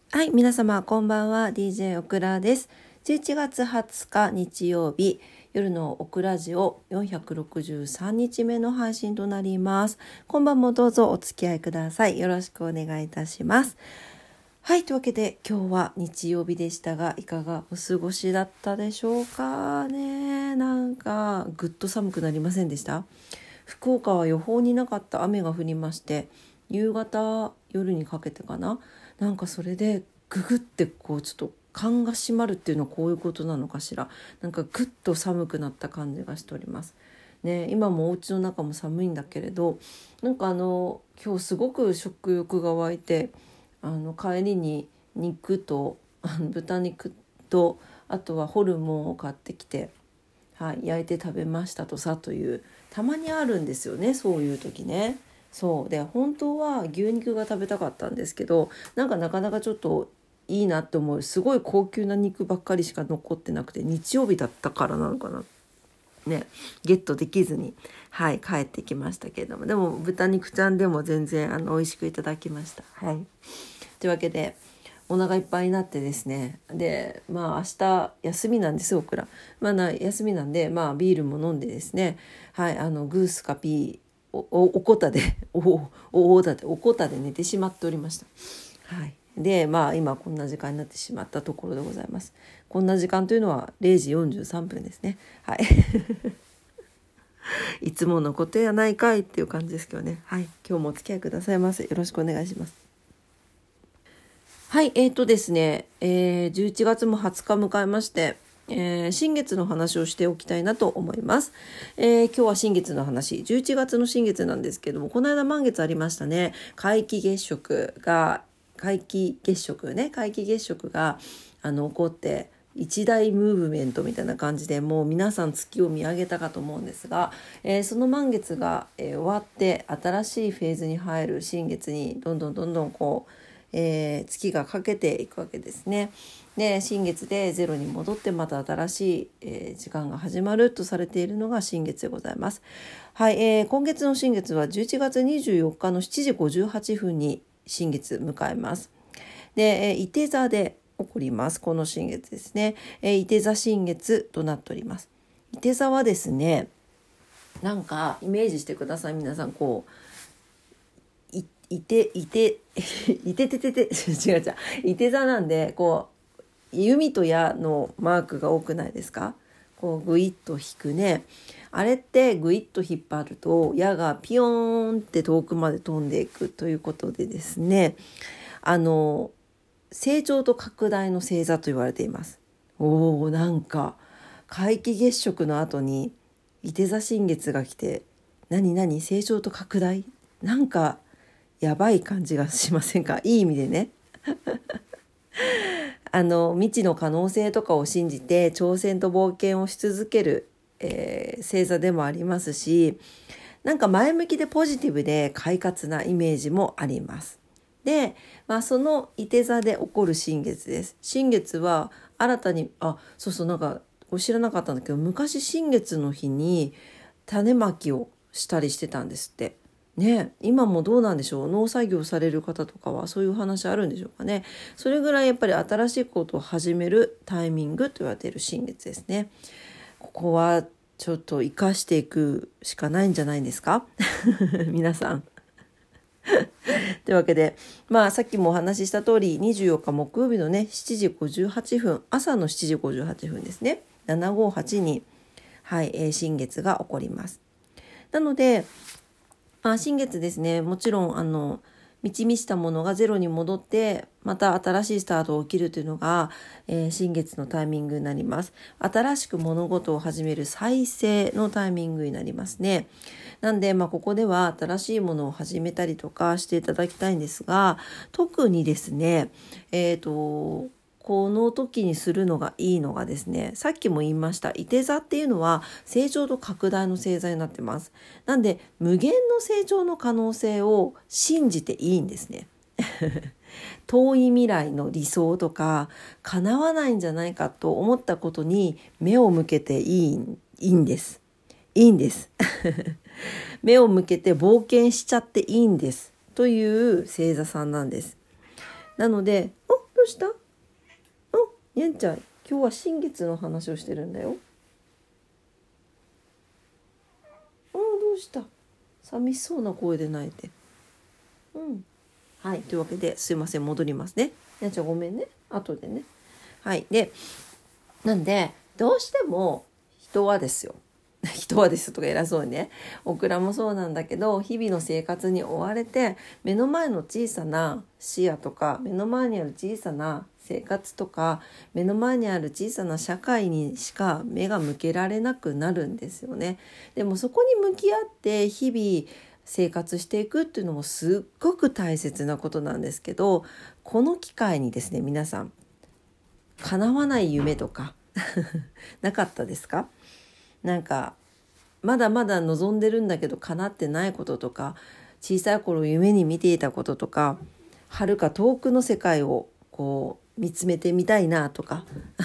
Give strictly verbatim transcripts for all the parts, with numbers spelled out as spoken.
はい、皆様こんばんは。 ディージェー オクラです。じゅういちがつはつか日曜日、夜のオクラジオよんひゃくろくじゅうさんにちめの配信となります。今晩もどうぞお付き合いください。よろしくお願いいたします。はい、というわけで今日は日曜日でしたが、いかがお過ごしだったでしょうかね。なんかぐっと寒くなりませんでした？福岡は予報になかった雨が降りまして、夕方夜にかけてかな、なんかそれでググってこうちょっと缶が閉まるっていうのはこういうことなのかしら。なんかぐっと寒くなった感じがしておりますね。今もお家の中も寒いんだけれど、なんかあの今日すごく食欲が湧いて、あの帰りに肉とあの豚肉とあとはホルモンを買ってきて、はい、焼いて食べましたとさという、たまにあるんですよね、そういう時ね。そうで、本当は牛肉が食べたかったんですけど、なんかなかなかちょっといいなって思うすごい高級な肉ばっかりしか残ってなくて、日曜日だったからなのかなね、ゲットできずに、はい、帰ってきましたけれども、でも豚肉ちゃんでも全然あの美味しくいただきました。はい、というわけでお腹いっぱいになってですね、でまあ明日休みなんですよ、僕ら。まあな休みなんで、まあビールも飲んでですね、はい、あのグースかピーおおおこたでおおおだっておこたで寝てしまっておりました。はい、でまあ今こんな時間になってしまったところでございます。こんな時間というのはれいじよんじゅうさんぷんですね。はいいつものことやないかいっていう感じですけどね。はい、今日もお付き合いくださいませ。よろしくお願いします。はい、えーとですね、えー、じゅういちがつもはつか迎えまして、えー、新月の話をしておきたいなと思います。えー、今日は新月の話、じゅういちがつの新月なんですけども、この間満月ありましたね。皆既月食が、皆既月食ね、皆既月食があの起こって、一大ムーブメントみたいな感じで、もう皆さん月を見上げたかと思うんですが、えー、その満月が、えー、終わって新しいフェーズに入る新月にどんどんどんどんこうえー、月がかけていくわけですね。で新月でゼロに戻ってまた新しい、えー、時間が始まるとされているのが新月でございます。はい、えー、今月の新月はじゅういちがつにじゅうよっかのしちじごじゅうはっぷんに新月迎えます。で、えー、いて座で起こります。この新月ですね、えー、いて座新月となっております。いて座はですね、なんかイメージしてください。皆さんこういていていてててて違う違ういて座なんで、こう弓と矢のマークが多くないですか？こうグイッと引くね。あれってグイッと引っ張ると矢がピヨーンって遠くまで飛んでいくということでですね、あの成長と拡大の星座と言われています。おー、なんか皆既月食の後にいて座新月が来て、何何成長と拡大、なんかやばい感じがしませんか？いい意味でねあの未知の可能性とかを信じて挑戦と冒険をし続ける、えー、星座でもありますし、なんか前向きでポジティブで快活なイメージもあります。で、まあ、そのいて座で起こる新月です。新月は新たに、あ、そうそう、なんか知らなかったんだけど、昔新月の日に種まきをしたりしてたんですって。ね、今もどうなんでしょう。農作業される方とかはそういう話あるんでしょうかね。それぐらいやっぱり新しいことを始めるタイミングと言われている新月ですね。ここはちょっと生かしていくしかないんじゃないんですか皆さんというわけで、まあさっきもお話しした通り、にじゅうよっか木曜日のねしちじごじゅうはっぷん、朝のしちじごじゅうはっぷんですね、ななごはちに、はい、えー、新月が起こります。なのでまあ、新月ですね、もちろんあの満ち満ちたものがゼロに戻ってまた新しいスタートを切るというのが、えー、新月のタイミングになります。新しく物事を始める再生のタイミングになりますね。なんで、まあ、ここでは新しいものを始めたりとかしていただきたいんですが、特にですね、えーとこの時にするのがいいのがですね、さっきも言いましたいて座っていうのは成長と拡大の星座になってます。なんで無限の成長の可能性を信じていいんですね遠い未来の理想とか叶わないんじゃないかと思ったことに目を向けていい、いいんですいいんです目を向けて冒険しちゃっていいんですという星座さんなんです。なので、お、どうした？うん、にゃんちゃん、今日は新月の話をしてるんだよ。うん、どうした？寂しそうな声で泣いて。うん。はい、というわけですいません、戻りますね。にゃんちゃんごめんね。後でね。はい。で、なんで、どうしても人はですよ。人はですとか偉そうにね。オクラもそうなんだけど、日々の生活に追われて、目の前の小さな視野とか、目の前にある小さな生活とか、目の前にある小さな社会にしか目が向けられなくなるんですよね。でもそこに向き合って日々生活していくっていうのもすっごく大切なことなんですけど、この機会にですね、皆さん、叶わない夢とかなかったですか？なんかまだまだ望んでるんだけど叶ってないこととか、小さい頃夢に見ていたこととか、遥か遠くの世界をこう見つめてみたいなとか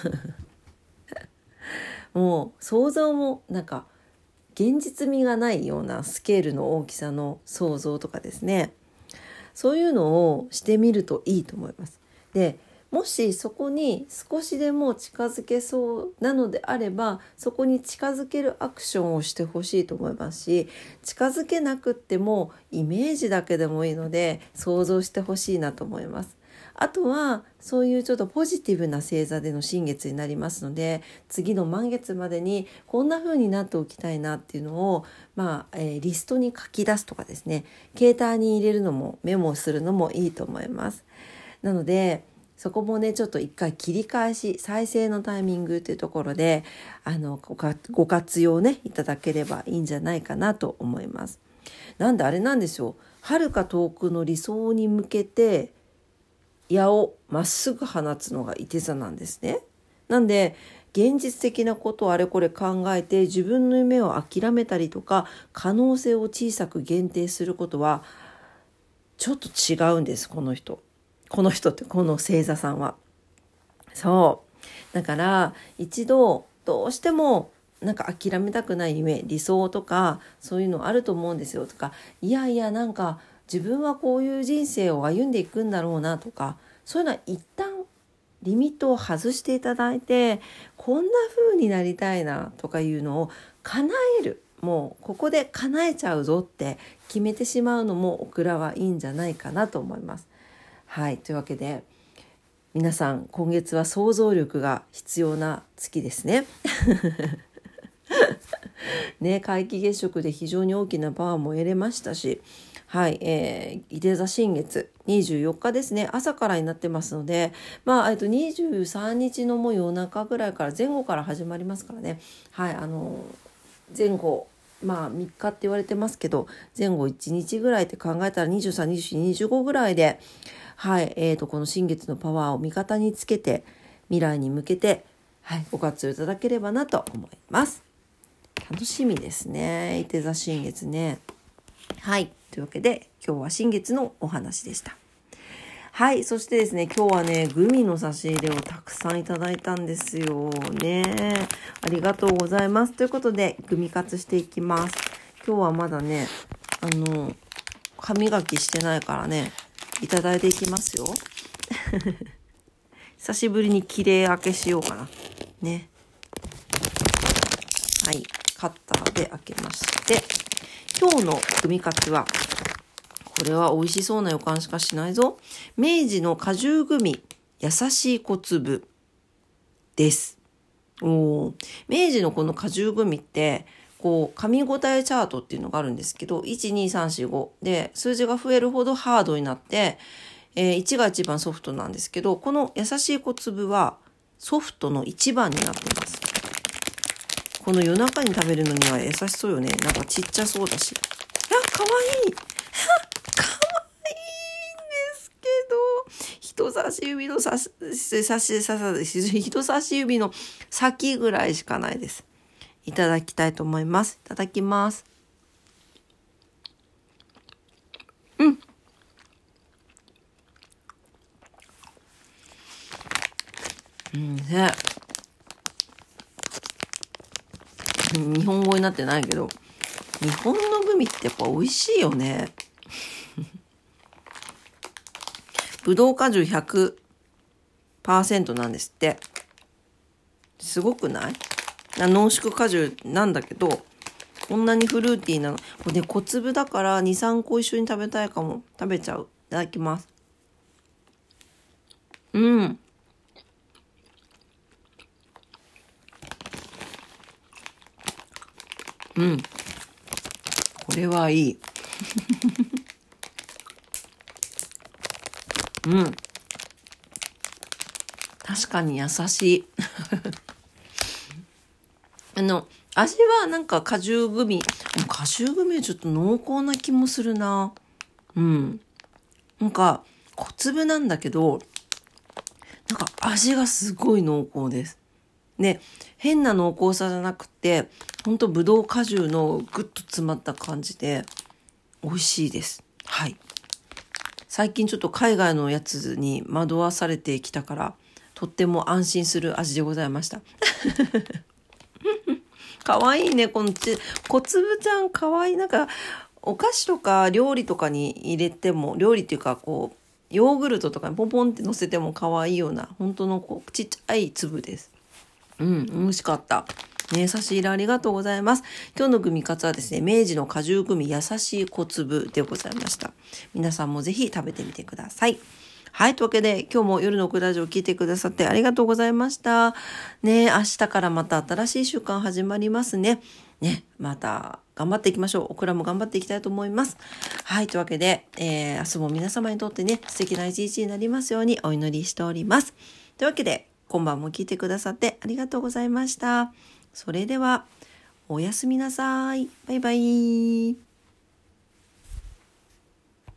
もう想像もなんか現実味がないようなスケールの大きさの想像とかですね、そういうのをしてみるといいと思います。で、もしそこに少しでも近づけそうなのであれば、そこに近づけるアクションをしてほしいと思いますし、近づけなくってもイメージだけでもいいので想像してほしいなと思います。あとはそういうちょっとポジティブな星座での新月になりますので、次の満月までにこんな風になっておきたいなっていうのを、まあえー、リストに書き出すとかですね、携帯に入れるのもメモするのもいいと思います。なのでそこもね、ちょっと一回切り返し再生のタイミングというところであの ご, ご活用ねいただければいいんじゃないかなと思います。なんであれなんですよ、遥か遠くの理想に向けて矢をまっすぐ放つのがいて座なんですね。なんで現実的なことをあれこれ考えて自分の夢を諦めたりとか、可能性を小さく限定することはちょっと違うんです。この人この人ってこの星座さんは。そうだから一度どうしてもなんか諦めたくない夢、理想とかそういうのあると思うんですよとか、いやいやなんか自分はこういう人生を歩んでいくんだろうなとか、そういうのは一旦リミットを外していただいて、こんな風になりたいなとかいうのを叶える、もうここで叶えちゃうぞって決めてしまうのもオクラはいいんじゃないかなと思います。はい、というわけで皆さん今月は想像力が必要な月ですね。ね、皆既月食で非常に大きなパワーも得れましたし、はい、えー、いて座新月にじゅうよっかですね、朝からになってますので、まあ、えっとにじゅうさんにちのもう夜中ぐらいから前後から始まりますからね。はい、あの前後まあみっかって言われてますけど、前後いちにちぐらいって考えたらにじゅうさん、にじゅうよん、にじゅうごぐらいで、はい、えーとこの新月のパワーを味方につけて未来に向けて、はい、ご活用いただければなと思います。楽しみですね、いて座新月ね。はい、というわけで今日は新月のお話でした。はい、そしてですね、今日はねグミの差し入れをたくさんいただいたんですよね。ありがとうございます。ということでグミ活していきます。今日はまだねあの歯磨きしてないからね、いただいていきますよ。久しぶりに綺麗開けしようかなね。はい、カッターで開けまして、今日のグミカツはこれは美味しそうな予感しかしないぞ。明治の果汁グミ優しい小粒です。おー、明治のこの果汁グミってこう噛み応えチャートっていうのがあるんですけど、いち、に、さん、よん、ごで数字が増えるほどハードになって、えー、いちが一番ソフトなんですけど、この優しい小粒はソフトのいちばんになってます。この夜中に食べるのには優しそうよね。なんかちっちゃそうだし、いやかわいい人差し指のさしさしささ人差し指の先ぐらいしかないです。いただきたいと思います。いただきます。うんうんね、日本語になってないけど、日本のグミってやっぱ美味しいよね。ぶどう果汁ひゃくパーセントなんですって。すごくない？濃縮果汁なんだけど、こんなにフルーティーなの。これね、小粒だからに、さんこ一緒に食べたいかも。食べちゃう。いただきます。うん。うん。これはいい。うん。確かに優しい。あの、味はなんか果汁グミ。果汁グミはちょっと濃厚な気もするな。うん。なんか小粒なんだけど、なんか味がすごい濃厚です。ね、変な濃厚さじゃなくて、ほんとぶどう果汁のぐっと詰まった感じで美味しいです。はい。最近ちょっと海外のやつに惑わされてきたから、とっても安心する味でございました。かわいいね、このち小粒ちゃんかわいい。なんかお菓子とか料理とかに入れても、料理っていうかこうヨーグルトとかにポンポンって乗せてもかわいいような本当のこうちっちゃい粒です。うん、美味しかった。ね、差し入れありがとうございます。今日のグミカツはですね、明治の果汁グミ優しい小粒でございました。皆さんもぜひ食べてみてください。はい。というわけで、今日も夜のクラジオを聞いてくださってありがとうございました。ね、明日からまた新しい習慣始まりますね。ね、また頑張っていきましょう。オクラも頑張っていきたいと思います。はい。というわけで、えー、明日も皆様にとってね、素敵な一日になりますようにお祈りしております。というわけで、今晩も聞いてくださってありがとうございました。それでは、おやすみなさい。バイバイ。